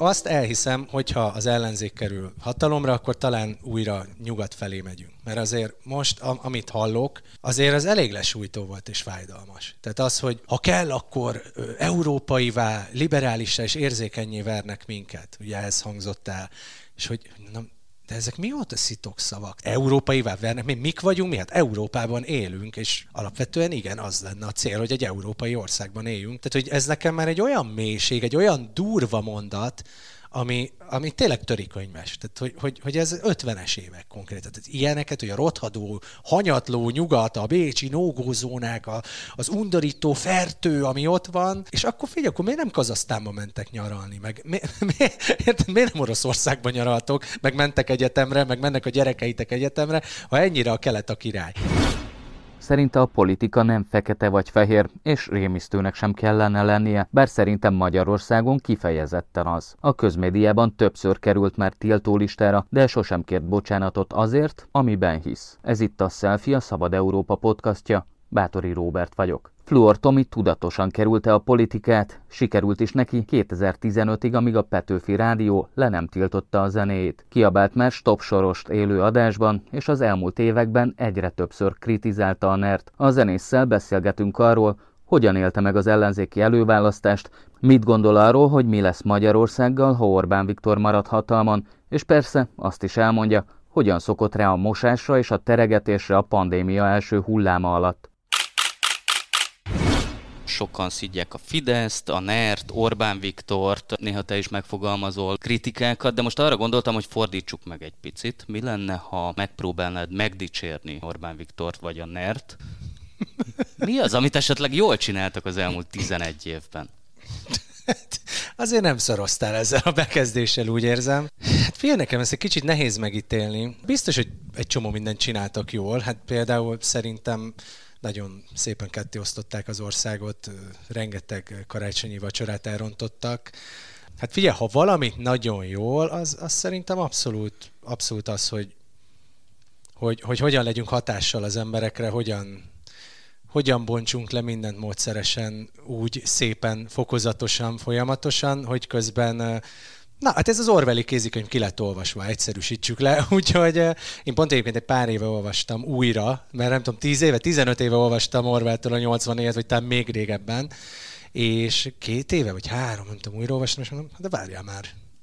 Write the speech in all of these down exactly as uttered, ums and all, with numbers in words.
azt elhiszem, hogyha az ellenzék kerül hatalomra, akkor talán újra nyugat felé megyünk. Mert azért most, amit hallok, azért az elég lesújtó volt és fájdalmas. Tehát az, hogy ha kell, akkor európaivá, liberálissá és érzékenyé vernek minket. Ugye ez hangzott el. És hogy na, de ezek mióta szitokszavak? Európaivá vernek? Mi mik vagyunk? Mi hát Európában élünk, és alapvetően igen, az lenne a cél, hogy egy európai országban éljünk. Tehát, hogy ez nekem már egy olyan mélység, egy olyan durva mondat, ami, ami tényleg törikönyves. Tehát, hogy, hogy, hogy ez ötvenes évek konkrétan. Tehát ilyeneket, hogy a rothadó, hanyatló nyugat, a bécsi nógózónák, a, az undorító fertő, ami ott van, és akkor figyelj, akkor miért nem Kazahsztánba mentek nyaralni? Meg mi, mi, érted, miért nem Oroszországban nyaraltok, meg mentek egyetemre, meg mennek a gyerekeitek egyetemre, ha ennyire a kelet a király? Szerinte a politika nem fekete vagy fehér, és rémisztőnek sem kellene lennie, bár szerintem Magyarországon kifejezetten az. A közmédiában többször került már tiltólistára, de sosem kért bocsánatot azért, amiben hisz. Ez itt a Selfie, a Szabad Európa podcastja. Báthori Róbert vagyok. Fluor Tomi tudatosan kerülte a politikát, sikerült is neki kétezer-tizenötig, amíg a Petőfi Rádió le nem tiltotta a zenéjét. Kiabált már Stop Sorost élő adásban, és az elmúlt években egyre többször kritizálta a nert. A zenésszel beszélgetünk arról, hogyan élte meg az ellenzéki előválasztást, mit gondol arról, hogy mi lesz Magyarországgal, ha Orbán Viktor marad hatalmon, és persze azt is elmondja, hogyan szokott rá a mosásra és a teregetésre a pandémia első hulláma alatt. Sokan szidják a Fideszt, a nert, Orbán Viktort, néha te is megfogalmazol kritikákat, de most arra gondoltam, hogy fordítsuk meg egy picit. Mi lenne, ha megpróbálnád megdicsérni Orbán Viktort vagy a nert? Mi az, amit esetleg jól csináltak az elmúlt tizenegy évben? Azért nem szoroztál ezzel a bekezdéssel, úgy érzem. Hát figyelj, nekem ezt egy kicsit nehéz megítélni. Biztos, hogy egy csomó mindent csináltak jól. Hát például szerintem nagyon szépen kettéosztották az országot, rengeteg karácsonyi vacsorát elrontottak. Hát figyelj, ha valamit nagyon jól, az, az szerintem abszolút, abszolút az, hogy, hogy, hogy hogyan legyünk hatással az emberekre, hogyan, hogyan bontsunk le mindent módszeresen, úgy szépen, fokozatosan, folyamatosan, hogy közben... Na, hát ez az Orwelli kézikönyv ki lett olvasva, egyszerűsítsük le, úgyhogy én pont egyébként egy pár éve olvastam újra, mert nem tudom, tíz éve, tizenöt éve olvastam Orwelltől a nyolcvannégyet, vagy talán még régebben, és két éve, vagy három, nem tudom, újra olvastam, és mondom, de várjál már,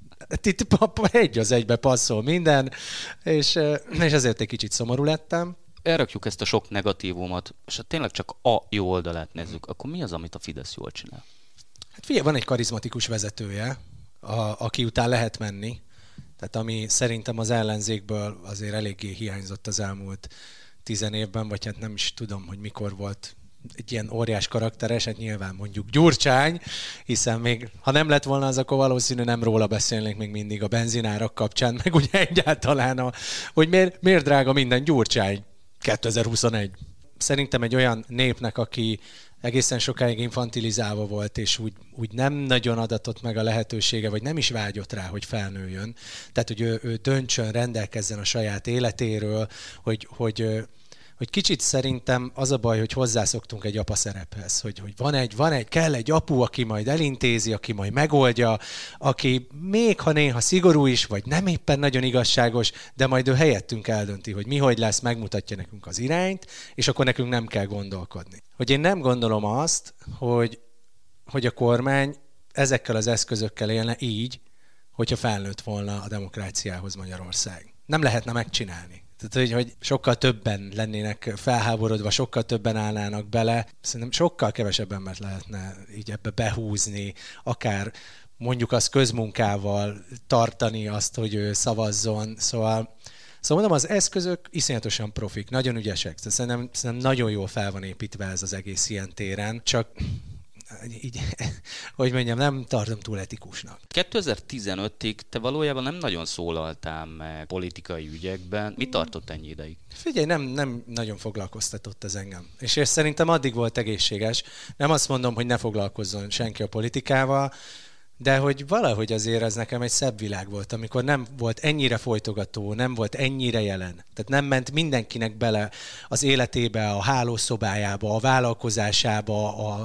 itt egy az egybe passzol minden, és, és ezért egy kicsit szomorú lettem. Elrakjuk ezt a sok negatívumot, és ha tényleg csak a jó oldalát nézzük, akkor mi az, amit a Fidesz jól csinál? Hát figyelj, van egy karizmatikus vezetője, A, aki után lehet menni. Tehát ami szerintem az ellenzékből azért eléggé hiányzott az elmúlt tizen évben, vagy hát nem is tudom, hogy mikor volt egy ilyen óriás karakteres, hát nyilván mondjuk Gyurcsány, hiszen még ha nem lett volna az, akkor valószínű nem róla beszélnénk még mindig a benzinárak kapcsán, meg ugye egyáltalán, a, hogy miért, miért drága minden Gyurcsány kétezer-huszonegy. Szerintem egy olyan népnek, aki egészen sokáig infantilizálva volt, és úgy, úgy nem nagyon adatott meg a lehetősége, vagy nem is vágyott rá, hogy felnőjön. Tehát, hogy ő, ő döntsön, rendelkezzen a saját életéről, hogy, hogy, hogy kicsit szerintem az a baj, hogy hozzászoktunk egy apa szerephez, hogy, hogy van egy, van egy, kell egy apu, aki majd elintézi, aki majd megoldja, aki még ha néha szigorú is, vagy nem éppen nagyon igazságos, de majd ő helyettünk eldönti, hogy mi hogy lesz, megmutatja nekünk az irányt, és akkor nekünk nem kell gondolkodni. Hogy én nem gondolom azt, hogy, hogy a kormány ezekkel az eszközökkel élne így, hogyha felnőtt volna a demokráciához Magyarország. Nem lehetne megcsinálni. Tehát, hogy, hogy sokkal többen lennének felháborodva, sokkal többen állnának bele. Szerintem sokkal kevesebb embert lehetne így ebbe behúzni, akár mondjuk az közmunkával tartani azt, hogy ő szavazzon. Szóval, szóval mondom, az eszközök iszonyatosan profik, nagyon ügyesek. Szerintem, szerintem nagyon jól fel van építve ez az egész ilyen téren, csak... így, hogy mondjam, nem tartom túl etikusnak. kétezer-tizenötig te valójában nem nagyon szólaltál meg politikai ügyekben. Mi tartott ennyi ideig? Figyelj, nem, nem nagyon foglalkoztatott ez engem. És ez szerintem addig volt egészséges. Nem azt mondom, hogy ne foglalkozzon senki a politikával, de hogy valahogy azért ez nekem egy szebb világ volt, amikor nem volt ennyire folytogató, nem volt ennyire jelen. Tehát nem ment mindenkinek bele az életébe, a hálószobájába, a vállalkozásába, a,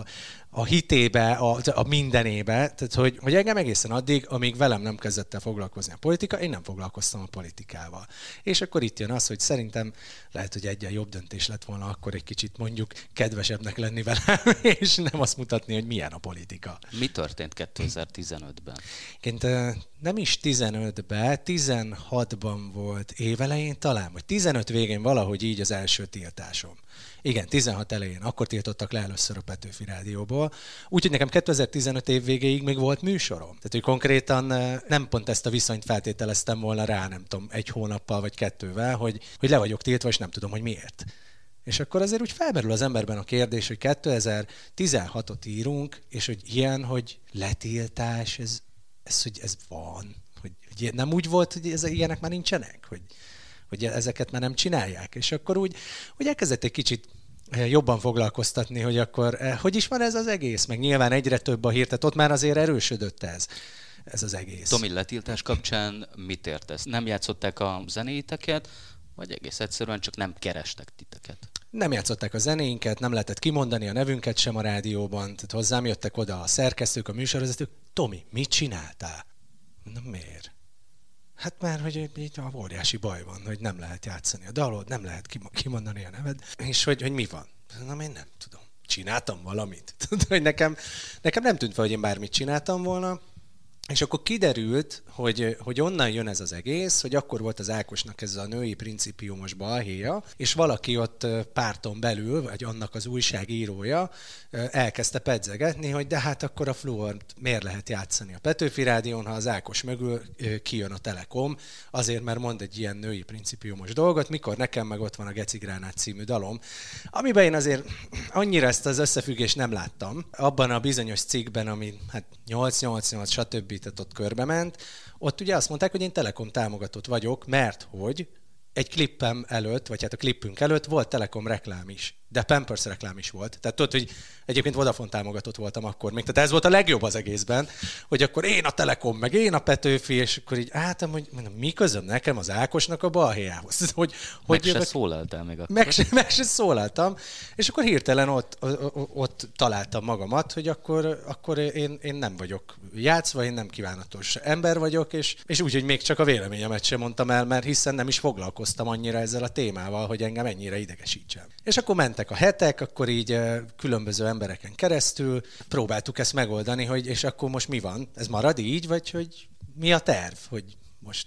a hitébe, a, a mindenébe, tehát hogy, hogy engem egészen addig, amíg velem nem kezdett el foglalkozni a politika, én nem foglalkoztam a politikával. És akkor itt jön az, hogy szerintem lehet, hogy egyen jobb döntés lett volna akkor egy kicsit mondjuk kedvesebbnek lenni velem, és nem azt mutatni, hogy milyen a politika. Mi történt kétezer-tizenötben? Ként nem is tizenötben, tizenhatban volt évelején talán, vagy tizenöt végén valahogy így az első tiltásom. Igen, tizenhat elején, akkor tiltottak le először a Petőfi Rádióból. Úgyhogy nekem kétezer-tizenöt év végéig még volt műsorom. Tehát, hogy konkrétan nem pont ezt a viszonyt feltételeztem volna rá, nem tudom, egy hónappal vagy kettővel, hogy, hogy le vagyok tiltva, és nem tudom, hogy miért. És akkor azért úgy felmerül az emberben a kérdés, hogy kétezer-tizenhatot írunk, és hogy ilyen, hogy letiltás, ez, ez, hogy ez van. Hogy, hogy nem úgy volt, hogy ez, ilyenek már nincsenek, hogy hogy ezeket már nem csinálják. És akkor úgy, úgy elkezdett egy kicsit jobban foglalkoztatni, hogy akkor hogy is van ez az egész, meg nyilván egyre több a hír, tehát ott már azért erősödött ez, ez az egész. Tomi, letiltás kapcsán mit értesz? Nem játszották a zenéiteket, vagy egész egyszerűen csak nem kerestek titeket? Nem játszották a zenéinket, nem lehetett kimondani a nevünket sem a rádióban, tehát hozzám jöttek oda a szerkesztők, a műsorvezetők, Tomi, mit csináltál? Na miért? Hát már, hogy így a óriási baj van, hogy nem lehet játszani a dalod, nem lehet kimondani a neved, és hogy, hogy mi van? Na, én nem tudom. Csináltam valamit. Tudod, hogy nekem, nekem nem tűnt fel, hogy én bármit csináltam volna, és akkor kiderült, hogy, hogy onnan jön ez az egész, hogy akkor volt az Ákosnak ez a női principiumos balhéja, és valaki ott párton belül, vagy annak az újságírója elkezdte pedzegetni, hogy de hát akkor a fluort miért lehet játszani a Petőfi Rádión, ha az Ákos mögül kijön a Telekom, azért mert mond egy ilyen női principiumos dolgot, mikor nekem meg ott van a Gecigránát című dalom, amiben én azért annyira ezt az összefüggést nem láttam. Abban a bizonyos cikkben, ami hát nyolc nyolc nyolc stb. Tehát ott körbe ment, ott ugye azt mondták, hogy én Telekom támogatott vagyok, mert hogy egy klippem előtt, vagy hát a klippünk előtt volt Telekom reklám is, de Pampers reklám is volt. Tehát tudod, hogy egyébként Vodafone támogatott voltam akkor még. Tehát ez volt a legjobb az egészben, hogy akkor én a Telekom, meg én a Petőfi, és akkor így álltam, hogy mondom, mi közöm nekem az Ákosnak a balhéjához. Hogy, meg hogy, se szólaltál még akkor. Meg se, meg se szólaltam, és akkor hirtelen ott, ott találtam magamat, hogy akkor, akkor én, én nem vagyok játszva, én nem kívánatos ember vagyok, és, és úgy, hogy még csak a véleményemet sem mondtam el, mert hiszen nem is foglalkoztam annyira ezzel a témával, hogy engem ennyire idegesítsen. És akkor mentek a hetek, akkor így különböző embereken keresztül próbáltuk ezt megoldani, hogy és akkor most mi van? Ez marad így, vagy hogy mi a terv? Hogy most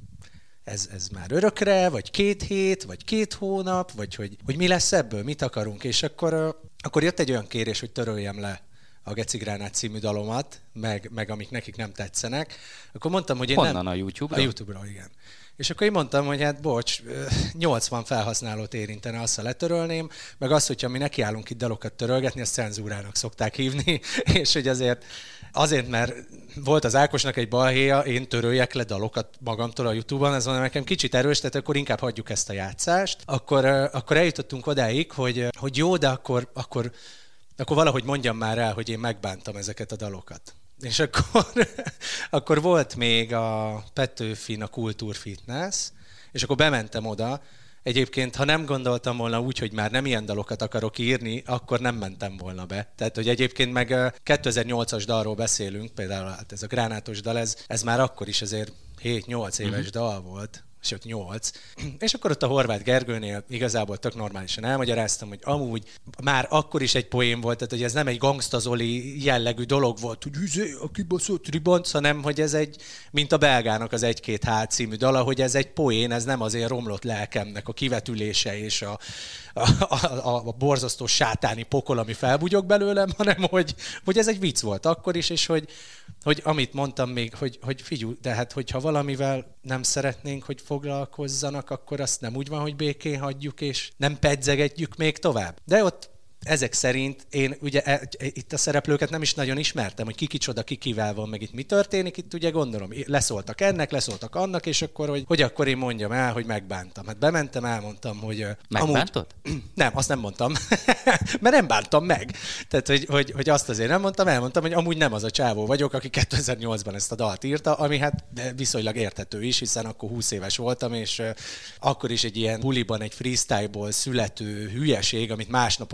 ez, ez már örökre, vagy két hét, vagy két hónap, vagy hogy, hogy mi lesz ebből, mit akarunk? És akkor, akkor jött egy olyan kérés, hogy töröljem le a Gecigránát című dalomat, meg, meg amik nekik nem tetszenek. Akkor mondtam, hogy én Honnan, nem... a YouTube-ra? A YouTube-ra, igen. És akkor én mondtam, hogy hát bocs, nyolcvan felhasználót érintene azt, ha letörölném, meg azt, hogyha mi nekiállunk itt dalokat törölgetni, azt cenzúrának szokták hívni, és hogy azért, azért, mert volt az Ákosnak egy balhéja, én töröljek le dalokat magamtól a YouTube-on, ez van nekem kicsit erős, tehát akkor inkább hagyjuk ezt a játszást. Akkor, akkor eljutottunk odáig, hogy, hogy jó, de akkor, akkor, akkor valahogy mondjam már el, hogy én megbántam ezeket a dalokat. És akkor, akkor volt még a Petőfin a Kultúrfitness, és akkor bementem oda. Egyébként, ha nem gondoltam volna úgy, hogy már nem ilyen dalokat akarok írni, akkor nem mentem volna be. Tehát, hogy egyébként meg kétezer-nyolcas dalról beszélünk, például hát ez a gránátos dal, ez, ez már akkor is azért hét-nyolc éves uh-huh. dal volt, sőt nyolc. És akkor ott a Horváth Gergőnél igazából tök normálisan elmagyaráztam, hogy amúgy már akkor is egy poén volt, tehát hogy ez nem egy Gangsta Zoli jellegű dolog volt, hogy üzé, a kibaszott ribanc, hanem hogy ez egy, mint a Belgának az egy-két hát című dala, hogy ez egy poén, ez nem azért romlott lelkemnek a kivetülése és a, a, a, a borzasztó sátáni pokol, ami felbugyog belőlem, hanem hogy, hogy ez egy vicc volt akkor is, és hogy, hogy amit mondtam még, hogy, hogy figyelj, de hát hogyha valamivel nem szeretnénk, hogy foglalkozzanak, akkor azt nem úgy van, hogy békén hagyjuk, és nem pedzegetjük még tovább. De ott ezek szerint én ugye e, itt a szereplőket nem is nagyon ismertem, hogy ki kicsoda, ki kivel van, meg itt mi történik, itt ugye gondolom, leszóltak ennek, leszóltak annak, és akkor, hogy, hogy akkor én mondjam el, hogy megbántam. Hát bementem, elmondtam, hogy... Megbántod? Amúgy, nem, azt nem mondtam, mert nem bántam meg. Tehát, hogy, hogy, hogy azt azért nem mondtam, elmondtam, hogy amúgy nem az a csávó vagyok, aki kétezer-nyolcban ezt a dalt írta, ami hát viszonylag érthető is, hiszen akkor húsz éves voltam, és akkor is egy ilyen buliban, egy freestyle-ból születő hülyeség, amit másnaposan be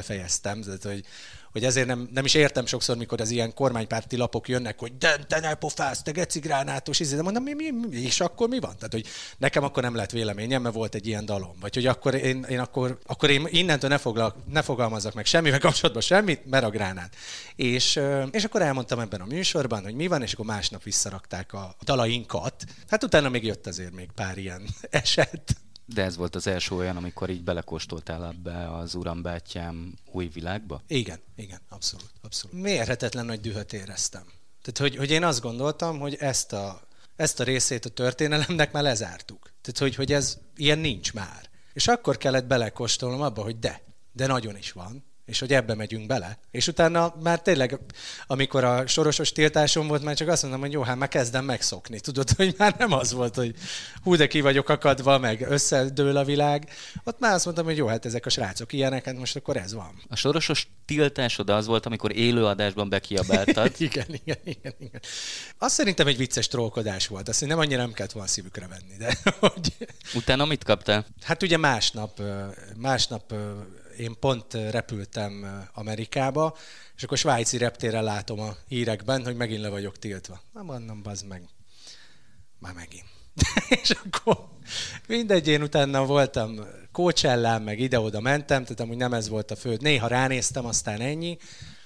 befejeztem, tehát, hogy, hogy ezért nem, nem is értem sokszor, mikor az ilyen kormánypárti lapok jönnek, hogy de te ne pofász, te gecigránátos, de mondom, mi, mi, mi, és akkor mi van? Tehát, hogy nekem akkor nem lett véleményem, mert volt egy ilyen dalom. Vagy hogy akkor én, én, akkor, akkor én innentől ne, foglal, ne fogalmazzak meg semmivel kapcsolatban semmit, mert a gránát. És, és akkor elmondtam ebben a műsorban, hogy mi van, és akkor másnap visszarakták a dalainkat. Hát utána még jött azért még pár ilyen eset. De ez volt az első olyan, amikor így belekóstoltál ebbe az Uram bátyám új világba? Igen, igen, abszolút, abszolút. Mérhetetlen nagy dühöt éreztem. Tehát, hogy, hogy én azt gondoltam, hogy ezt a, ezt a részét a történelemnek már lezártuk. Tehát, hogy, hogy ez ilyen nincs már. És akkor kellett belekóstolnom abba, hogy de, de nagyon is van, és hogy ebbe megyünk bele. És utána már tényleg, amikor a sorosos tiltásom volt, már csak azt mondom, hogy jó, hát már kezdem megszokni. Tudod, hogy már nem az volt, hogy hú, de ki vagyok akadva, meg összedől a világ. Ott már azt mondtam, hogy jó, hát ezek a srácok ilyenek, hát most akkor ez van. A sorosos tiltásod az volt, amikor élőadásban bekiabáltad. igen, igen, igen, igen. Azt szerintem egy vicces trollkodás volt. Azt nem annyira nem kellett volna szívükre venni. De hogy... Utána mit kaptál? Hát ugye másnap, másnap én pont repültem Amerikába, és akkor svájci reptéren látom a hírekben, hogy megint le vagyok tiltva. Na mondom, bazd meg, már megint. És akkor mindegy, én utána voltam Coachellán, meg ide-oda mentem, tehát amúgy nem ez volt a fő. Néha ránéztem, aztán ennyi,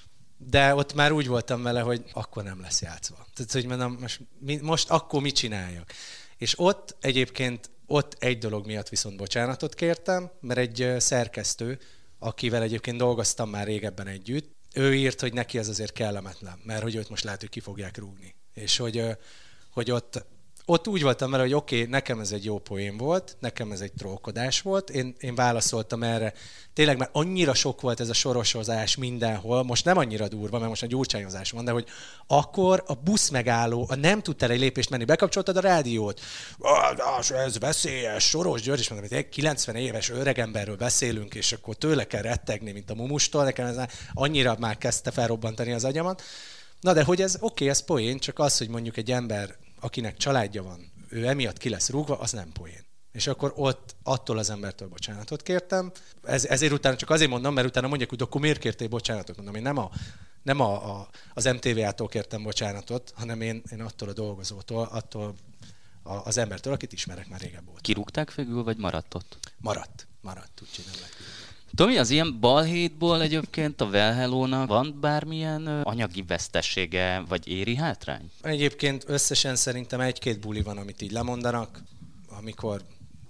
de ott már úgy voltam vele, hogy akkor nem lesz játszva. Tehát, hogy mondom, most, most akkor mit csináljak? És ott egyébként, ott egy dolog miatt viszont bocsánatot kértem, mert egy szerkesztő, akivel egyébként dolgoztam már régebben együtt, ő írt, hogy neki ez azért kellemetlen, mert hogy őt most lehet, hogy ki fogják rúgni. És hogy, hogy ott, ott úgy voltam vele, hogy oké, okay, nekem ez egy jó poén volt, nekem ez egy trollkodás volt, én, én válaszoltam erre. Tényleg már annyira sok volt ez a sorosozás mindenhol, most nem annyira durva, mert most a gyurcsányozás van, de hogy akkor a busz megálló, a nem tudtál egy lépést menni, bekapcsoltad a rádiót, ez veszélyes, Soros György, és mondom, hogy egy kilencven éves öregemberről beszélünk, és akkor tőle kell rettegni, mint a mumustól, nekem ez annyira már kezdte felrobbantani az agyamat. Na de hogy ez oké, okay, ez poén, csak az, hogy mondjuk egy ember, akinek családja van, ő emiatt ki lesz rúgva, az nem poén. És akkor ott attól az embertől bocsánatot kértem. Ez, ezért utána csak azért mondom, mert utána mondják, hogy akkor miért kértél bocsánatot? Mondom, én nem, a, nem a, a, az em té vé á-tól kértem bocsánatot, hanem én, én attól a dolgozótól, attól a, az embertől, akit ismerek már régebb volt. Kirúgták végül, vagy maradt ott? Maradt, maradt, úgyhogy nem lett kirúgva. Tomi, az ilyen balhétból egyébként a Well Hello-nak van bármilyen anyagi vesztesége, vagy éri hátrány? Egyébként összesen szerintem egy-két buli van, amit így lemondanak, amikor,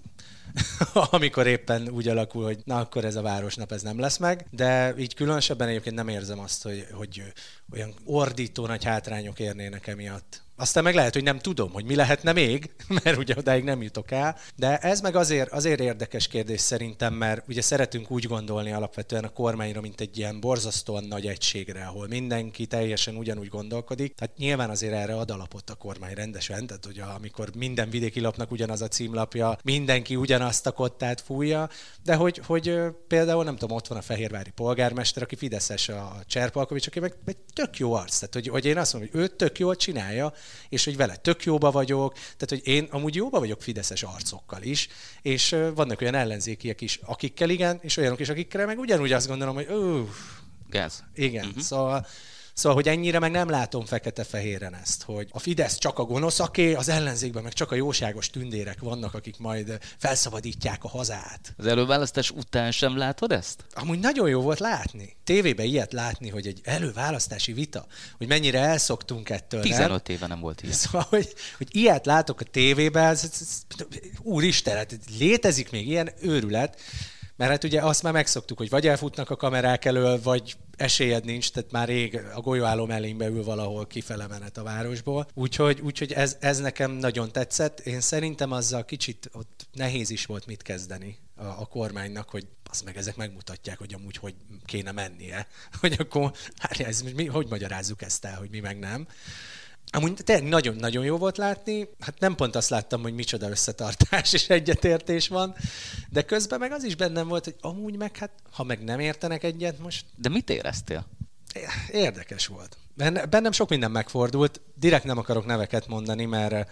amikor éppen úgy alakul, hogy na akkor ez a városnap, ez nem lesz meg, de így különösebben egyébként nem érzem azt, hogy, hogy olyan ordító nagy hátrányok érnének emiatt. Aztán meg lehet, hogy nem tudom, hogy mi lehetne még, mert ugye odáig nem jutok el, de ez meg azért, azért érdekes kérdés szerintem, mert ugye szeretünk úgy gondolni alapvetően a kormányra, mint egy ilyen borzasztóan nagy egységre, ahol mindenki teljesen ugyanúgy gondolkodik. Tehát nyilván azért erre ad alapot a kormány rendesen, tehát ugye amikor minden vidéki lapnak ugyanaz a címlapja, mindenki ugyanazt a kottát fújja, de hogy, hogy például nem tudom, ott van a fehérvári polgármester, aki fideszes, a Cserpalkovics, aki meg egy tök jó arc, tehát hogy, hogy én azt mondom, hogy ő tök jól csinálja, és hogy vele tök jóba vagyok, tehát hogy én amúgy jóba vagyok fideszes arcokkal is, és vannak olyan ellenzékiek is, akikkel igen, és olyanok is, akikkel meg ugyanúgy azt gondolom, hogy uff, gáz. Igen, Uh-huh. szóval, szóval, hogy ennyire meg nem látom fekete-fehéren ezt, hogy a Fidesz csak a gonoszaké, az ellenzékben meg csak a jóságos tündérek vannak, akik majd felszabadítják a hazát. Az előválasztás után sem látod ezt? Amúgy nagyon jó volt látni. Tévében ilyet látni, hogy egy előválasztási vita, hogy mennyire elszoktunk ettől. tizenöt éve nem volt ilyen. Szóval, hogy, hogy ilyet látok a tévében, ez, ez, ez, úristen, hát létezik még ilyen őrület, mert hát ugye azt már megszoktuk, hogy vagy elfutnak a kamerák elől, vagy esélyed nincs, tehát már rég a golyóálló mellénybe ül valahol kifele menet a városból. Úgyhogy, úgyhogy ez, ez nekem nagyon tetszett. Én szerintem azzal kicsit ott nehéz is volt mit kezdeni a, a kormánynak, hogy azt meg ezek megmutatják, hogy amúgy hogy kéne mennie. Hogy akkor, hát ez, mi, hogy magyarázzuk ezt el, hogy mi meg nem. Amúgy tényleg nagyon-nagyon jó volt látni, hát nem pont azt láttam, hogy micsoda összetartás és egyetértés van, de közben meg az is bennem volt, hogy amúgy meg hát, ha meg nem értenek egyet most... De mit éreztél? Érdekes volt. Bennem sok minden megfordult, direkt nem akarok neveket mondani, mert,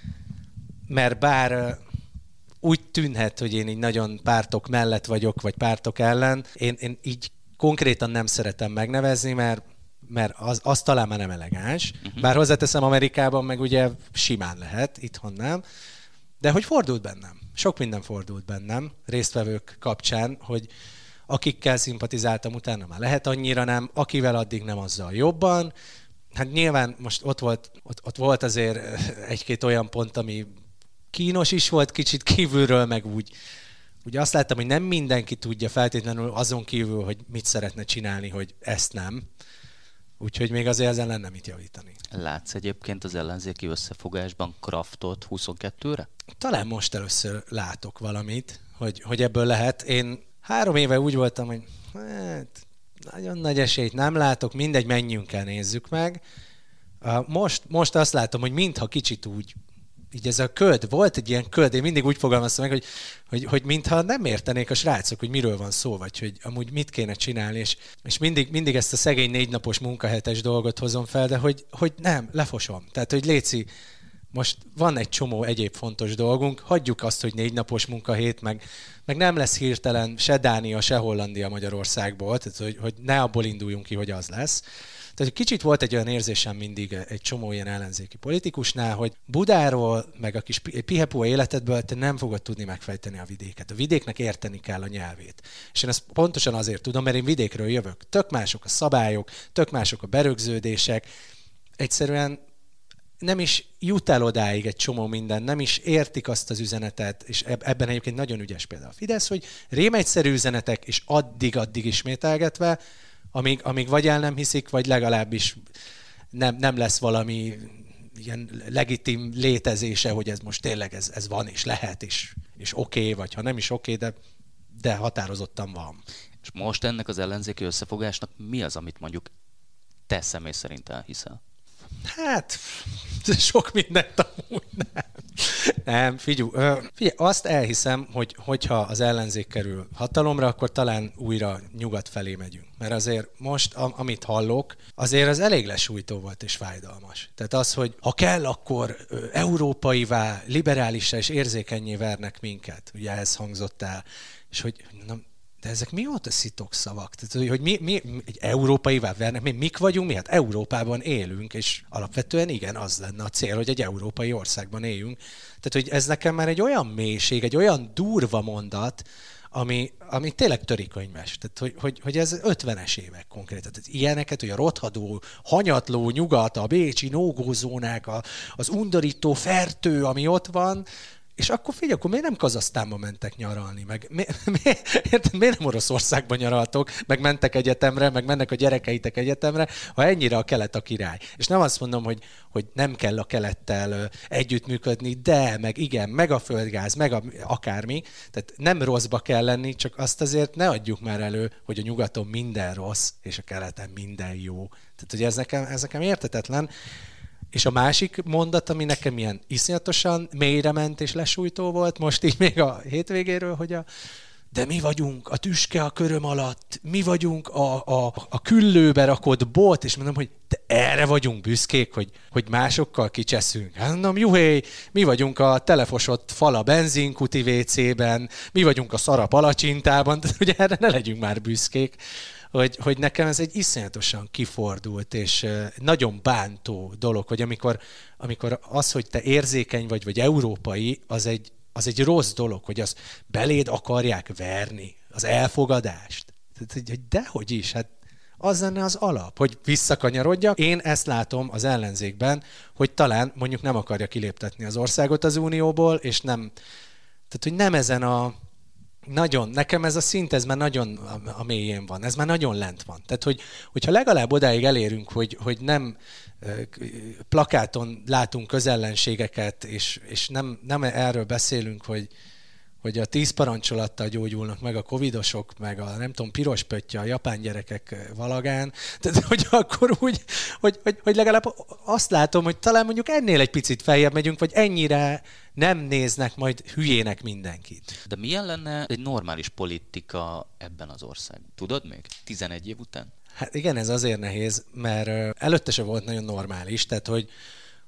mert bár úgy tűnhet, hogy én így nagyon pártok mellett vagyok, vagy pártok ellen, én, én így konkrétan nem szeretem megnevezni, mert, mert az, az talán már nem elegáns. Uh-huh. Bár hozzáteszem, Amerikában meg ugye simán lehet, itthon nem. De hogy fordult bennem. Sok minden fordult bennem résztvevők kapcsán, hogy akikkel szimpatizáltam, utána már lehet annyira nem, akivel addig nem, azzal jobban. Hát nyilván most ott volt, ott, ott volt azért egy-két olyan pont, ami kínos is volt kicsit kívülről, meg úgy, úgy azt láttam, hogy nem mindenki tudja feltétlenül azon kívül, hogy mit szeretne csinálni, hogy ezt nem. Úgyhogy még azért ezen lenne mit javítani. Látsz egyébként az ellenzéki összefogásban Kraftot huszonkettőre? Talán most először látok valamit, hogy, hogy ebből lehet. Én három éve úgy voltam, hogy hát, nagyon nagy esélyt nem látok, mindegy, menjünk el, nézzük meg. Most, most azt látom, hogy mintha kicsit úgy, így ez a köd, volt egy ilyen köd, én mindig úgy fogalmaztam meg, hogy, hogy, hogy mintha nem értenék a srácok, hogy miről van szó, vagy hogy amúgy mit kéne csinálni, és, és mindig, mindig ezt a szegény négy napos munkahetes dolgot hozom fel, de hogy, hogy nem, lefosom. Tehát, hogy léci, most van egy csomó egyéb fontos dolgunk, hagyjuk azt, hogy négy napos munkahét, meg, meg nem lesz hirtelen se Dánia, se Hollandia Magyarországból, tehát hogy, hogy ne abból induljunk ki, hogy az lesz. Tehát kicsit volt egy olyan érzésem mindig egy csomó ilyen ellenzéki politikusnál, hogy Budáról, meg a kis pihepó életedből te nem fogod tudni megfejteni a vidéket. A vidéknek érteni kell a nyelvét. És én ezt pontosan azért tudom, mert én vidékről jövök. Tök mások a szabályok, tök mások a berögződések. Egyszerűen nem is jut el odáig egy csomó minden, nem is értik azt az üzenetet, és ebben egyébként nagyon ügyes például a Fidesz, hogy rémegyszerű üzenetek, és addig-addig ismételgetve, amíg, amíg vagy el nem hiszik, vagy legalábbis nem, nem lesz valami ilyen legitim létezése, hogy ez most tényleg ez, ez van, és lehet, és, és oké, okay, vagy ha nem is oké, okay, de, de határozottan van. És most ennek az ellenzéki összefogásnak mi az, amit mondjuk te személy szerint elhiszel? Hát, sok mindent amúgy nem. Nem, figyelj, figyelj, azt elhiszem, hogy hogyha az ellenzék kerül hatalomra, akkor talán újra nyugat felé megyünk. Mert azért most, amit hallok, azért az elég lesújtó volt és fájdalmas. Tehát az, hogy ha kell, akkor európaivá, liberálissá és érzékenyé vernek minket. Ugye ez hangzott el. És hogy nem, de ezek mióta szitok szavak? Tehát, hogy mi, mi egy európaivá vernek, mi mik vagyunk, mi hát Európában élünk, és alapvetően igen, az lenne a cél, hogy egy európai országban éljünk. Tehát, hogy ez nekem már egy olyan mélység, egy olyan durva mondat, ami, ami tényleg törikönyves. Tehát, hogy, hogy, hogy ez ötvenes évek konkrétan. Tehát ilyeneket, hogy a rothadó, hanyatló nyugat, a bécsi nógózónák, a, az undorító fertő, ami ott van, és akkor figyelj, akkor miért nem Kazahsztánba mentek nyaralni? Meg mi, mi, érted, miért nem Oroszországban nyaraltok? Meg mentek egyetemre, meg mennek a gyerekeitek egyetemre, ha ennyire a kelet a király. És nem azt mondom, hogy, hogy nem kell a kelettel együttműködni, de, meg igen, meg a földgáz, meg a, akármi. Tehát nem rosszba kell lenni, csak azt azért ne adjuk már elő, hogy a nyugaton minden rossz, és a keleten minden jó. Tehát ugye ez nekem, ez nekem értetetlen. És a másik mondat, ami nekem ilyen iszonyatosan mélyre ment és lesújtó volt, most így még a hétvégéről, hogy a, de mi vagyunk a tüske a köröm alatt, mi vagyunk a, a, a küllőbe rakott bolt, és mondom, hogy de erre vagyunk büszkék, hogy, hogy másokkal kicseszünk. Hát mondom, juhé, mi vagyunk a telefosott fal a benzinkuti vécében, mi vagyunk a szara palacsintában, de ugye erre ne legyünk már büszkék. Hogy, hogy nekem ez egy iszonyatosan kifordult és nagyon bántó dolog, hogy amikor, amikor az, hogy te érzékeny vagy, vagy európai, az egy, az egy rossz dolog, hogy azt beléd akarják verni, az elfogadást. Tehát, hogy dehogy is, hát az lenne az alap, hogy visszakanyarodjak. Én ezt látom az ellenzékben, hogy talán mondjuk nem akarja kiléptetni az országot az unióból, és nem, tehát hogy nem ezen a nagyon, nekem ez a szint, ez már nagyon a mélyén van, ez már nagyon lent van. Tehát, hogy, hogyha legalább odáig elérünk, hogy, hogy nem plakáton látunk közellenségeket, és, és nem, nem erről beszélünk, hogy, hogy a tíz parancsolattal gyógyulnak meg a covidosok, meg a nem tudom, piros pötty a japán gyerekek valagán, tehát hogy akkor úgy, hogy, hogy, hogy legalább azt látom, hogy talán mondjuk ennél egy picit feljebb megyünk, vagy ennyire nem néznek majd hülyének mindenkit. De milyen lenne egy normális politika ebben az országban? Tudod még? tizenegy év után? Hát igen, ez azért nehéz, mert előtte se volt nagyon normális, tehát hogy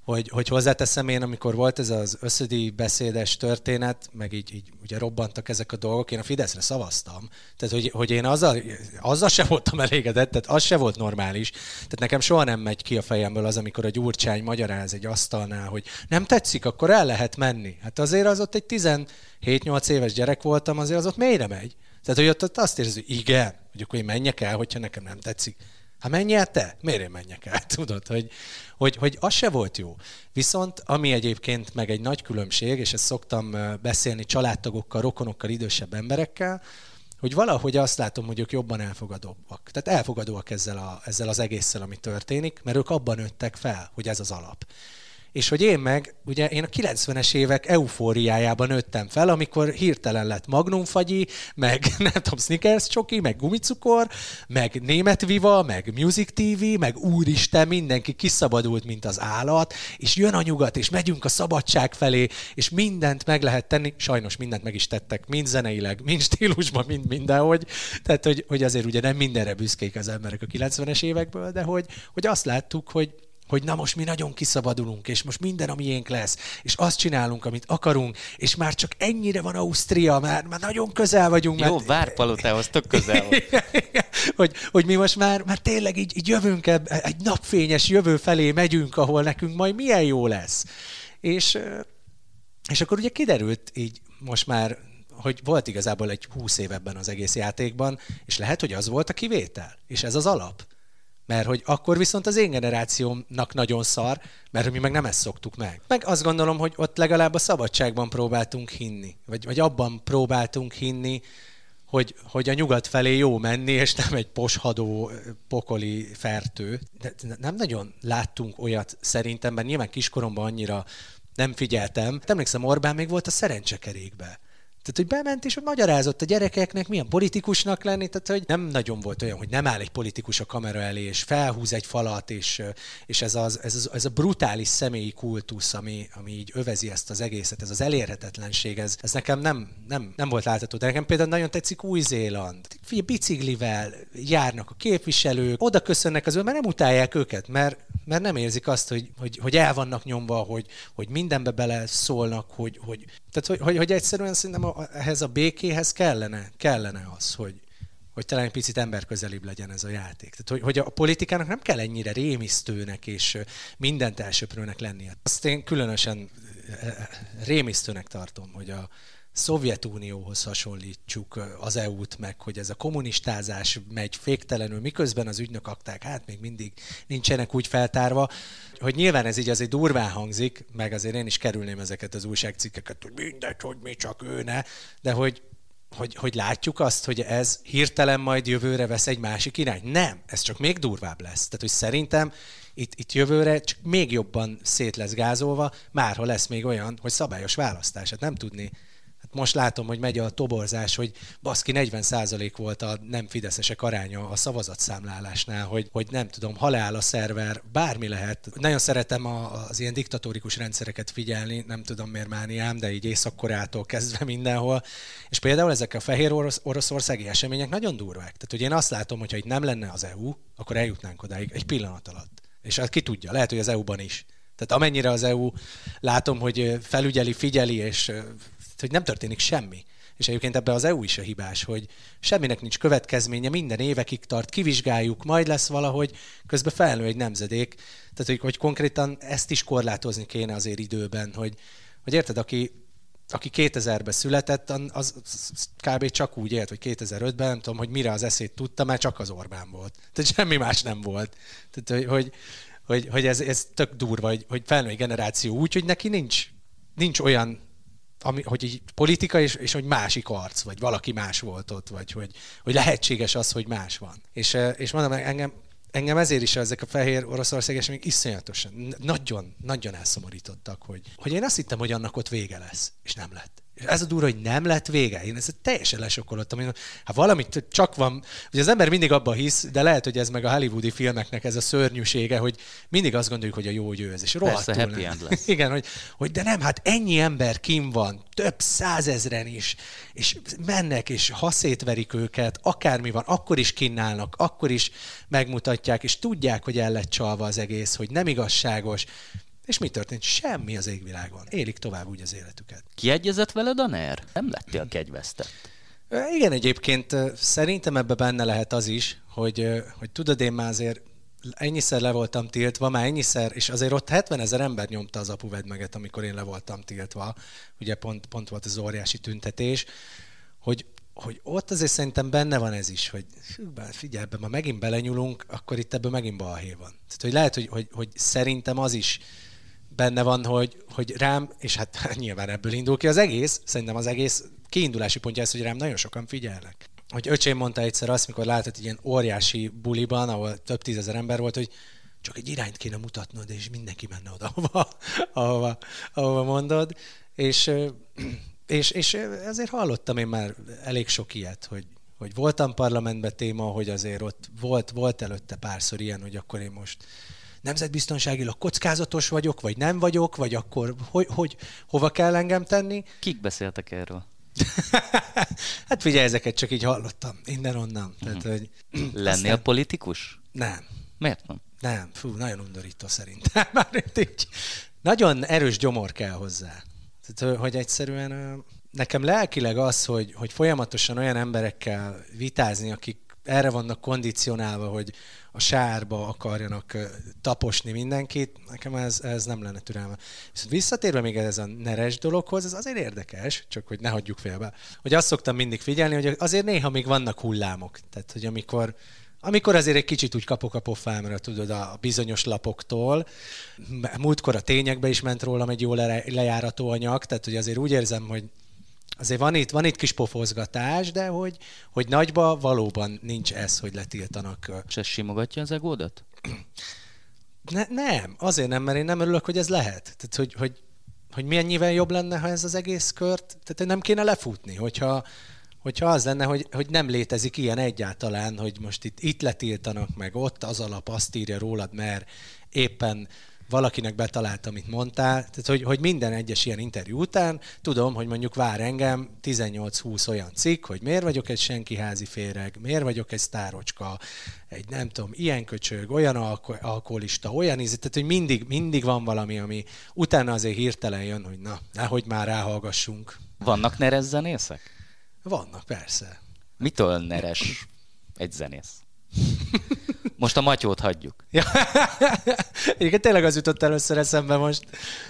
hogy, hogy hozzáteszem én, amikor volt ez az összödi beszédes történet, meg így, így ugye robbantak ezek a dolgok, én a Fideszre szavaztam. Tehát, hogy, hogy én azzal, azzal se voltam elégedett, tehát az se volt normális. Tehát nekem soha nem megy ki a fejemből az, amikor a Gyurcsány magyaráz egy asztalnál, hogy nem tetszik, akkor el lehet menni. Hát azért az ott egy tizenhét-nyolc éves gyerek voltam, azért az ott mélyre megy. Tehát, hogy ott, ott azt érzed, hogy igen, hogy akkor én menjek el, hogyha nekem nem tetszik. Hát menj el te? Miért én menjek el? Tudod, hogy, hogy, hogy az se volt jó. Viszont ami egyébként meg egy nagy különbség, és ezt szoktam beszélni családtagokkal, rokonokkal, idősebb emberekkel, hogy valahogy azt látom, hogy ők jobban elfogadóak. Tehát elfogadóak ezzel, a, ezzel az egésszel, ami történik, mert ők abban nőttek fel, hogy ez az alap. És hogy én meg, ugye én a kilencvenes évek eufóriájában nőttem fel, amikor hirtelen lett Magnumfagyi, meg nem tudom, Snickers csoki, meg gumicukor, meg Német Viva, meg Music té vé, meg úristen, mindenki kiszabadult, mint az állat, és jön a nyugat, és megyünk a szabadság felé, és mindent meg lehet tenni, sajnos mindent meg is tettek, mind zeneileg, mind stílusban, mind mindenhogy, tehát hogy, hogy azért ugye nem mindenre büszkék az emberek a kilencvenes évekből, de hogy, hogy azt láttuk, hogy hogy na most mi nagyon kiszabadulunk, és most minden a miénk lesz, és azt csinálunk, amit akarunk, és már csak ennyire van Ausztria, már, már nagyon közel vagyunk. Jó, mert... Várpalotához tök közel van. hogy, hogy mi most már, már tényleg így, így jövünk, egy napfényes jövő felé megyünk, ahol nekünk majd milyen jó lesz. És, és akkor ugye kiderült így most már, hogy volt igazából egy húsz év ebben az egész játékban, és lehet, hogy az volt a kivétel, és ez az alap. Mert hogy akkor viszont az én generációmnak nagyon szar, mert mi meg nem ezt szoktuk meg. Meg azt gondolom, hogy ott legalább a szabadságban próbáltunk hinni, vagy, vagy abban próbáltunk hinni, hogy, hogy a nyugat felé jó menni, és nem egy poshadó, pokoli fertő. De nem nagyon láttunk olyat szerintem, mert nyilván kiskoromban annyira nem figyeltem. Emlékszem, Orbán még volt a szerencsekerékbe. Tehát, hogy bement és hogy magyarázott a gyerekeknek, milyen politikusnak lenni, tehát, hogy nem nagyon volt olyan, hogy nem áll egy politikus a kamera elé, és felhúz egy falat, és, és ez, az, ez, az, ez a brutális személyi kultusz, ami, ami így övezi ezt az egészet, ez az elérhetetlenség, ez, ez nekem nem, nem, nem volt látható. De nekem például nagyon tetszik Új-Zéland. Figyelj, biciklivel járnak a képviselők, oda köszönnek az ő, mert nem utálják őket, mert, mert nem érzik azt, hogy, hogy, hogy el vannak nyomva, hogy, hogy mindenbe bele szólnak, hogy, hogy, tehát, hogy, hogy, hogy egyszerűen szerintem ehhez a békéhez kellene, kellene az, hogy, hogy talán egy picit emberközelibb legyen ez a játék. Tehát, hogy, hogy a politikának nem kell ennyire rémisztőnek és mindent elsöprőnek lennie. Azt én különösen rémisztőnek tartom, hogy a Szovjetunióhoz hasonlítsuk az é u-t meg, hogy ez a kommunistázás megy féktelenül, miközben az ügynökakták hát még mindig nincsenek úgy feltárva, hogy nyilván ez így azért durván hangzik, meg azért én is kerülném ezeket az újságcikkeket, hogy mindegy, hogy mi csak ő ne, de hogy, hogy, hogy látjuk azt, hogy ez hirtelen majd jövőre vesz egy másik irány. Nem, ez csak még durvább lesz. Tehát, hogy szerintem itt, itt jövőre csak még jobban szét lesz gázolva, márha lesz még olyan, hogy szabályos választás. Hát nem tudni. Hát most látom, hogy megy a toborzás, hogy baszki negyven százalék volt a nem fideszesek aránya a szavazatszámlálásnál, hogy, hogy nem tudom, halál a szerver, bármi lehet. Nagyon szeretem a, az ilyen diktatórikus rendszereket figyelni, nem tudom miért mániám, de így Észak-Koreától kezdve mindenhol. És például ezek a fehér orosz, oroszországi események nagyon durvák. Tehát, hogy én azt látom, hogy ha itt nem lenne az é u, akkor eljutnánk odáig egy pillanat alatt. És hát ki tudja, lehet, hogy az é u-ban is. Tehát amennyire az é u látom, hogy felügyeli, figyeli, és hogy nem történik semmi. És egyébként ebben az é u is a hibás, hogy semminek nincs következménye, minden évekig tart, kivizsgáljuk, majd lesz valahogy, közben felnő egy nemzedék. Tehát, hogy, hogy konkrétan ezt is korlátozni kéne azért időben, hogy, hogy érted, aki, aki kétezerben született, az, az kb. Csak úgy élt, hogy kétezer-ötben, nem tudom, hogy mire az eszét tudta, már csak az Orbán volt. Tehát semmi más nem volt. Tehát, hogy, hogy, hogy, hogy ez, ez tök durva, hogy, hogy felnő egy generáció úgy, hogy neki nincs, nincs olyan Ami, hogy így politika, és, és hogy másik arc, vagy valaki más volt ott, vagy hogy, hogy lehetséges az, hogy más van. És, és mondom, engem, engem ezért is ezek a fehér oroszország események iszonyatosan, nagyon, nagyon elszomorítottak, hogy, hogy én azt hittem, hogy annak ott vége lesz, és nem lett. És ez a durva, hogy nem lett vége. Én ezt teljesen lesokkolottam. Hát valamit csak van, hogy az ember mindig abban hisz, de lehet, hogy ez meg a hollywoodi filmeknek ez a szörnyűsége, hogy mindig azt gondoljuk, hogy a jó győz. És rohadtul nem. Happy end lesz. Igen, hogy, hogy de nem, hát ennyi ember kim van, több százezren is, és mennek, és haszétverik őket, akármi van, akkor is kínálnak, akkor is megmutatják, és tudják, hogy el lett csalva az egész, hogy nem igazságos. És mi történt? Semmi az égvilágon. Élik tovább úgy az életüket. Kiegyezett veled a NER? Nem lettél kegyvesztett. Igen, egyébként szerintem ebbe benne lehet az is, hogy, hogy tudod, én már azért ennyiszer le voltam tiltva, már ennyiszer, és azért ott hetvenezer ember nyomta az Apu Vedd Meget, amikor én le voltam tiltva. Ugye pont, pont volt az óriási tüntetés, hogy, hogy ott azért szerintem benne van ez is, hogy figyelj, ebben, ma megint belenyúlunk, akkor itt ebből megint balhé van. Tehát, hogy lehet, hogy, hogy, hogy szerintem az is benne van, hogy, hogy rám, és hát nyilván ebből indul ki az egész, szerintem az egész kiindulási pontja ez, hogy rám nagyon sokan figyelnek. Hogy öcsém mondta egyszer azt, mikor látott egy ilyen óriási buliban, ahol több tízezer ember volt, hogy csak egy irányt kéne mutatnod, és mindenki menne oda, ahova, ahova, ahova mondod. És, és, és azért hallottam én már elég sok ilyet, hogy, hogy voltam parlamentben téma, hogy azért ott volt, volt előtte párszor ilyen, hogy akkor én most nemzetbiztonságilag kockázatos vagyok, vagy nem vagyok, vagy akkor hogy, hogy hova kell engem tenni. Kik beszéltek erről? Hát figyelj, ezeket csak így hallottam, innen-onnan. Tehát, hogy lennél aztán... politikus? Nem. Miért nem? Nem, fú, nagyon undorító szerintem. Már így nagyon erős gyomor kell hozzá. Tehát, hogy egyszerűen nekem lelkileg az, hogy, hogy folyamatosan olyan emberekkel vitázni, akik erre vannak kondicionálva, hogy a sárba akarjanak taposni mindenkit, nekem ez, ez nem lenne türelme. Viszont visszatérve még ez a neres dologhoz, ez azért érdekes, csak hogy ne hagyjuk félbe, hogy azt szoktam mindig figyelni, hogy azért néha még vannak hullámok. Tehát, hogy amikor, amikor azért egy kicsit úgy kapok a pofámra, tudod, a bizonyos lapoktól, múltkor a Tényekbe is ment rólam egy jó lejárató anyag, tehát, hogy azért úgy érzem, hogy azért van itt, van itt kis pofozgatás, de hogy, hogy nagyba valóban nincs ez, hogy letiltanak. És ez simogatja az egódat? Ne, nem, azért nem, mert én nem örülök, hogy ez lehet. Tehát, hogy, hogy, hogy mennyivel jobb lenne, ha ez az egész kört, tehát nem kéne lefutni, hogyha, hogyha az lenne, hogy, hogy nem létezik ilyen egyáltalán, hogy most itt, itt letiltanak, meg ott az alap azt írja rólad, mert éppen valakinek betalált, amit mondtál, tehát hogy, hogy minden egyes ilyen interjú után tudom, hogy mondjuk vár engem tizennyolc-húsz olyan cikk, hogy miért vagyok egy senkiházi féreg, miért vagyok egy sztárocska, egy nem tudom, ilyen köcsög, olyan alko- alkoholista, olyan íz, tehát hogy mindig, mindig van valami, ami utána azért hirtelen jön, hogy na, nehogy már ráhallgassunk. Vannak neres zenészek? Vannak, persze. Mitől neres egy zenész? Most a Matyót hagyjuk. Ja, igen, tényleg az jutott először eszembe most,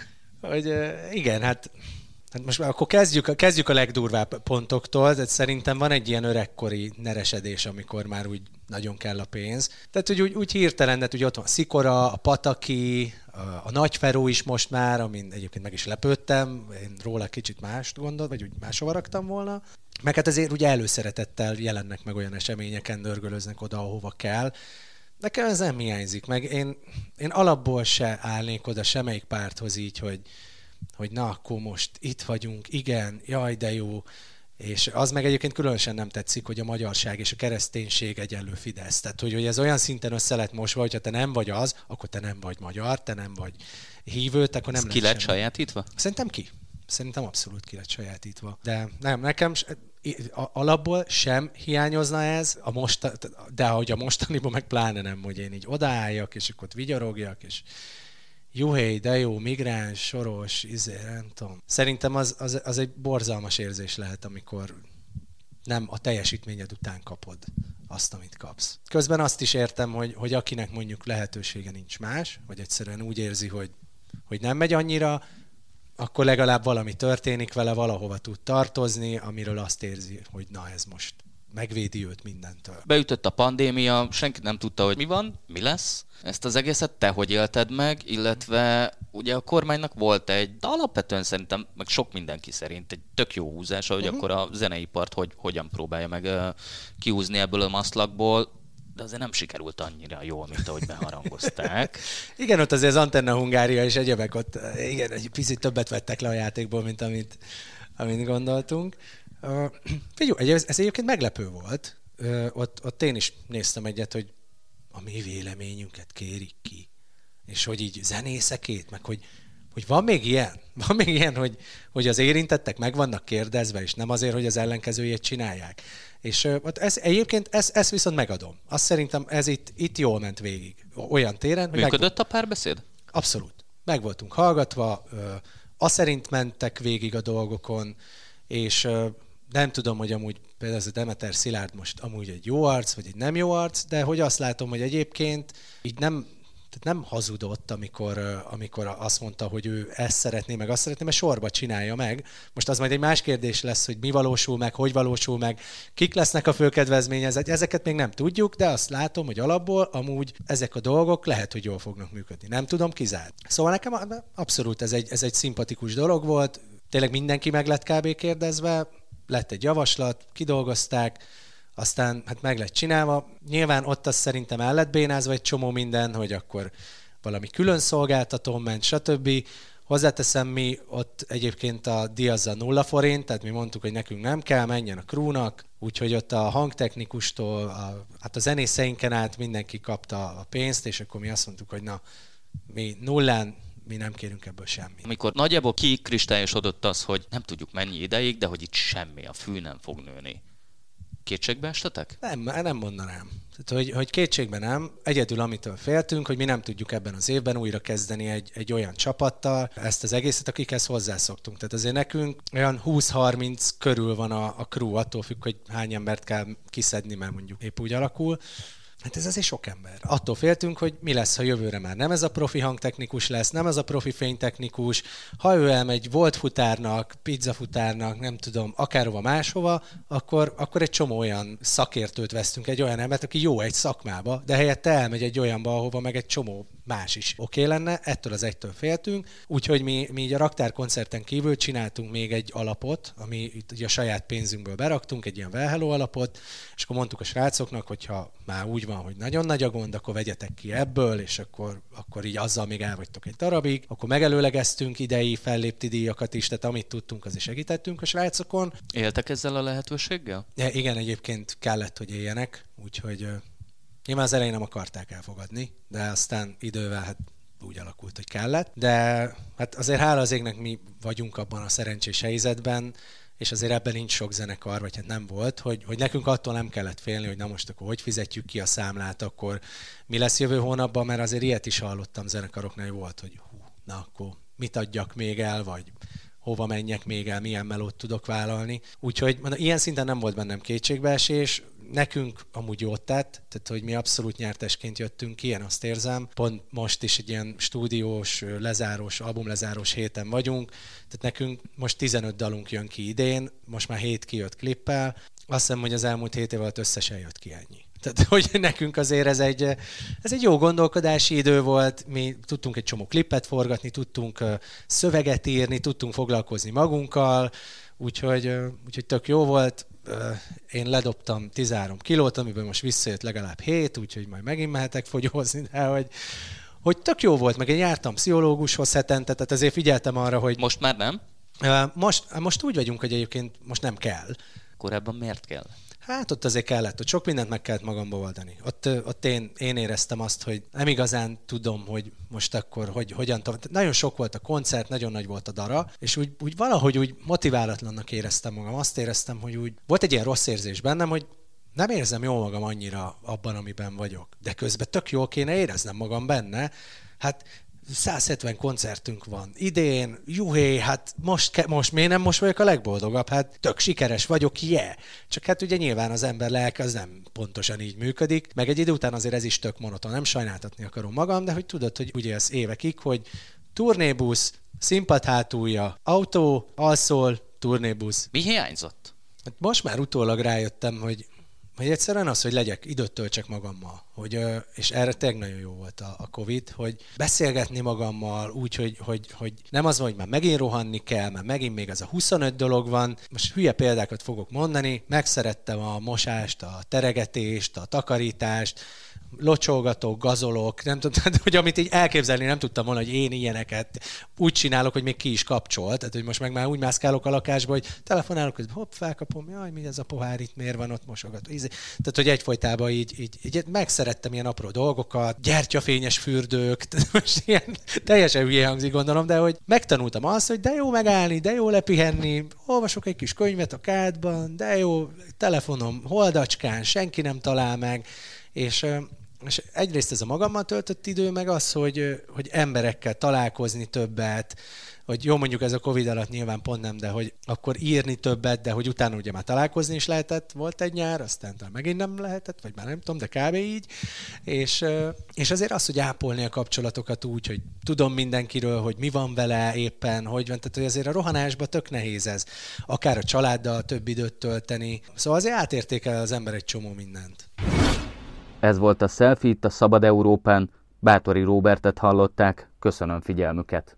hogy igen, hát, hát most akkor kezdjük, kezdjük a legdurvább pontoktól, tehát szerintem van egy ilyen öregkori neresedés, amikor már úgy nagyon kell a pénz. Tehát hogy úgy, úgy hirtelen, de úgy ott van a Szikora, a Pataki, a, a Nagyferó is most már, amin egyébként meg is lepődtem, én róla kicsit mást gondolt, vagy úgy máshova raktam volna. Meg hát azért ugye előszeretettel jelennek meg olyan eseményeken, dörgölöznek oda, ahova kell. Nekem ez nem hiányzik, meg én, én alapból se állnék oda semmelyik párthoz így, hogy, hogy na, akkor most itt vagyunk, igen, jaj, de jó. És az meg egyébként különösen nem tetszik, hogy a magyarság és a kereszténység egyenlő Fidesz. Tehát, hogy, hogy ez olyan szinten össze lett mosva, hogyha te nem vagy az, akkor te nem vagy magyar, te nem vagy hívő, akkor nem lesz ki lett sajátítva? Szerintem ki. Szerintem abszolút ki lett sajátítva. De nem, nekem alapból sem hiányozna ez, a most, de ahogy a mostaniban meg pláne nem, hogy én így odaálljak, és akkor ott vigyorogjak, és juhé, de jó, migráns, soros, izé, nem tudom. Szerintem az, az, az egy borzalmas érzés lehet, amikor nem a teljesítményed után kapod azt, amit kapsz. Közben azt is értem, hogy, hogy akinek mondjuk lehetősége nincs más, vagy egyszerűen úgy érzi, hogy, hogy nem megy annyira, akkor legalább valami történik vele, valahova tud tartozni, amiről azt érzi, hogy na ez most megvédi őt mindentől. Beütött a pandémia, senki nem tudta, hogy mi van, mi lesz. Ezt az egészet te hogy élted meg, illetve ugye a kormánynak volt egy, de alapvetően szerintem, meg sok mindenki szerint egy tök jó húzása, hogy uh-huh. akkor a zeneipart hogy, hogyan próbálja meg uh, kihúzni ebből a maszlakból, de azért nem sikerült annyira jól, mint ahogy beharangozták. Igen, ott azért az Antenna Hungária és egyebek ott, igen, egy picit többet vettek le a játékból, mint amit, amit gondoltunk. Uh, figyelj, ez, ez egyébként meglepő volt. Uh, ott, ott én is néztem egyet, hogy a mi véleményünket kérik ki. És hogy így zenészekét, meg hogy, hogy van még ilyen, van még ilyen, hogy, hogy az érintettek meg vannak kérdezve, és nem azért, hogy az ellenkezőjét csinálják. És uh, ez, egyébként ezt, ezt viszont megadom. Azt szerintem ez itt, itt jól ment végig. Olyan téren, hogy működött meg... a párbeszéd? Abszolút. meg voltunk hallgatva, azt szerint mentek végig a dolgokon, és nem tudom, hogy amúgy például ez a Demeter Szilárd most amúgy egy jó arc, vagy egy nem jó arc, de hogy azt látom, hogy egyébként így nem, tehát nem hazudott, amikor, amikor azt mondta, hogy ő ezt szeretné, meg azt szeretné, mert sorba csinálja meg. Most az majd egy más kérdés lesz, hogy mi valósul meg, hogy valósul meg, kik lesznek a főkedvezményezettek, ezeket még nem tudjuk, de azt látom, hogy alapból amúgy ezek a dolgok lehet, hogy jól fognak működni. Nem tudom, kizárt. Szóval nekem abszolút ez egy, ez egy szimpatikus dolog volt, tényleg mindenki meg lett kb. Kérdezve, lett egy javaslat, kidolgozták, aztán hát meg lett csinálva. Nyilván ott az szerintem el lett bénázva egy csomó minden, hogy akkor valami külön szolgáltatón ment, stb. Hozzáteszem, mi ott egyébként a díjazza nulla forint, tehát mi mondtuk, hogy nekünk nem kell, menjen a crewnak, úgyhogy ott a hangtechnikustól, a, hát a zenészeinken át mindenki kapta a pénzt, és akkor mi azt mondtuk, hogy na, mi nullán, mi nem kérünk ebből semmit. Amikor nagyjából kikristályosodott az, hogy nem tudjuk mennyi ideig, de hogy itt semmi, a fű nem fog nőni. Kétségbe estetek? Nem, nem mondanám. Tehát, hogy, hogy kétségbe nem. Egyedül amitől féltünk, hogy mi nem tudjuk ebben az évben újra kezdeni egy, egy olyan csapattal ezt az egészet, akikhez hozzászoktunk. Tehát azért nekünk olyan húsz-harminc körül van a, a crew, attól függ, hogy hány embert kell kiszedni, mert mondjuk épp úgy alakul. Hát ez azért sok ember. Attól féltünk, hogy mi lesz, ha jövőre már nem ez a profi hangtechnikus lesz, nem ez a profi fénytechnikus, ha ő elmegy volt futárnak, pizzafutárnak, nem tudom, akárhova máshova, akkor, akkor egy csomó olyan szakértőt vesztünk, egy olyan embert, aki jó egy szakmába, de helyette elmegy egy olyanba, ahova meg egy csomó más is oké okay lenne, ettől az egytől féltünk, úgyhogy mi, mi így a raktárkoncerten kívül csináltunk még egy alapot, ami itt ugye a saját pénzünkből beraktunk, egy ilyen well hello alapot, és akkor mondtuk a srácoknak, hogyha már úgy van, hogy nagyon nagy a gond, akkor vegyetek ki ebből, és akkor, akkor így azzal még elvagytok egy darabig, akkor megelőlegeztünk idei fellépti díjakat is, tehát amit tudtunk, az is segítettünk a srácokon. Éltek ezzel a lehetőséggel? Ja, igen, egyébként kellett, hogy éljenek, úgyhogy nyilván az elején nem akarták elfogadni, de aztán idővel hát úgy alakult, hogy kellett. De hát azért hála az égnek mi vagyunk abban a szerencsés helyzetben, és azért ebben nincs sok zenekar, vagy hát nem volt, hogy, hogy nekünk attól nem kellett félni, hogy na most akkor hogy fizetjük ki a számlát, akkor mi lesz jövő hónapban, mert azért ilyet is hallottam zenekaroknál, hogy volt, hogy hú, na akkor mit adjak még el, vagy hova menjek még el, milyen melót tudok vállalni. Úgyhogy mondom, ilyen szinten nem volt bennem kétségbeesés, nekünk amúgy jót tett, tehát hogy mi abszolút nyertesként jöttünk ki, én azt érzem. Pont most is egy ilyen stúdiós, lezárós, albumlezárós héten vagyunk, tehát nekünk most tizenöt dalunk jön ki idén, most már hét kijött klippel, azt hiszem, hogy az elmúlt hét év alatt összesen jött ki ennyi. Tehát, hogy nekünk azért ez egy, ez egy jó gondolkodási idő volt, mi tudtunk egy csomó klippet forgatni, tudtunk szöveget írni, tudtunk foglalkozni magunkkal, úgyhogy, úgyhogy tök jó volt. Én ledobtam tizenhárom kilót, amiből most visszajött legalább hét, úgyhogy majd megint mehetek fogyózni, de hogy, hogy tök jó volt, meg én jártam pszichológushoz hetente, tehát azért figyeltem arra, hogy... Most már nem? Most, most úgy vagyunk, hogy egyébként most nem kell. Korábban miért kell? Hát ott azért kellett, hogy sok mindent meg kellett magamba oldani. Ott, ott én, én éreztem azt, hogy nem igazán tudom, hogy most akkor hogy, hogyan tovább. Nagyon sok volt a koncert, nagyon nagy volt a dara, és úgy, úgy valahogy úgy motiválatlannak éreztem magam. Azt éreztem, hogy úgy volt egy ilyen rossz érzés bennem, hogy nem érzem jól magam annyira abban, amiben vagyok. De közben tök jól kéne éreznem magam benne. Hát száz hetven koncertünk van idén, juhé, hát most, ke- most miért nem most vagyok a legboldogabb? Hát tök sikeres vagyok, yeah. Csak hát ugye nyilván az ember lelke az nem pontosan így működik, meg egy idő után azért ez is tök monoton, nem sajnáltatni akarom magam, de hogy tudod, hogy úgy élsz évekig, hogy turnébusz, színpad hátulja, autó, alszol, turnébusz. Mi hiányzott? Hát most már utólag rájöttem, hogy hogy egyszerűen az, hogy legyek, időt töltsek magammal. Hogy, és erre tényleg nagyon jó volt a, a Covid, hogy beszélgetni magammal úgy, hogy, hogy, hogy nem az van, hogy már megint rohanni kell, mert megint még ez a huszonöt dolog van. Most hülye példákat fogok mondani, megszerettem a mosást, a teregetést, a takarítást, locsolgatok, gazolok, nem tudom, hogy amit így elképzelni nem tudtam volna, hogy én ilyeneket úgy csinálok, hogy még ki is kapcsol, tehát hogy most meg már úgy mászkálok a lakásba, hogy telefonálok, hogy hopp, felkapom, jaj, mi ez a pohár itt, miért van ott mosogat. Tehát, hogy egyfolytában így, így, így megszerettem ilyen apró dolgokat, gyertyafényes fürdők, most ilyen teljesen hülye hangzik, gondolom, de hogy megtanultam azt, hogy de jó megállni, de jó lepihenni, olvasok egy kis könyvet a kádban, de jó, telefonom holdacskán, senki nem talál meg, és És egyrészt ez a magammal töltött idő, meg az, hogy, hogy emberekkel találkozni többet, hogy jó, mondjuk ez a Covid alatt nyilván pont nem, de hogy akkor írni többet, de hogy utána ugye már találkozni is lehetett, volt egy nyár, aztán talán megint nem lehetett, vagy már nem tudom, de kb. Így. És, és azért az, hogy ápolni a kapcsolatokat úgy, hogy tudom mindenkiről, hogy mi van vele éppen, hogy van, tehát hogy azért a rohanásban tök nehéz ez. Akár a családdal több időt tölteni. Szóval azért átértékel az ember egy csomó mindent. Ez volt a Selfie itt a Szabad Európán. Báthori Róbertet hallották. Köszönöm figyelmüket.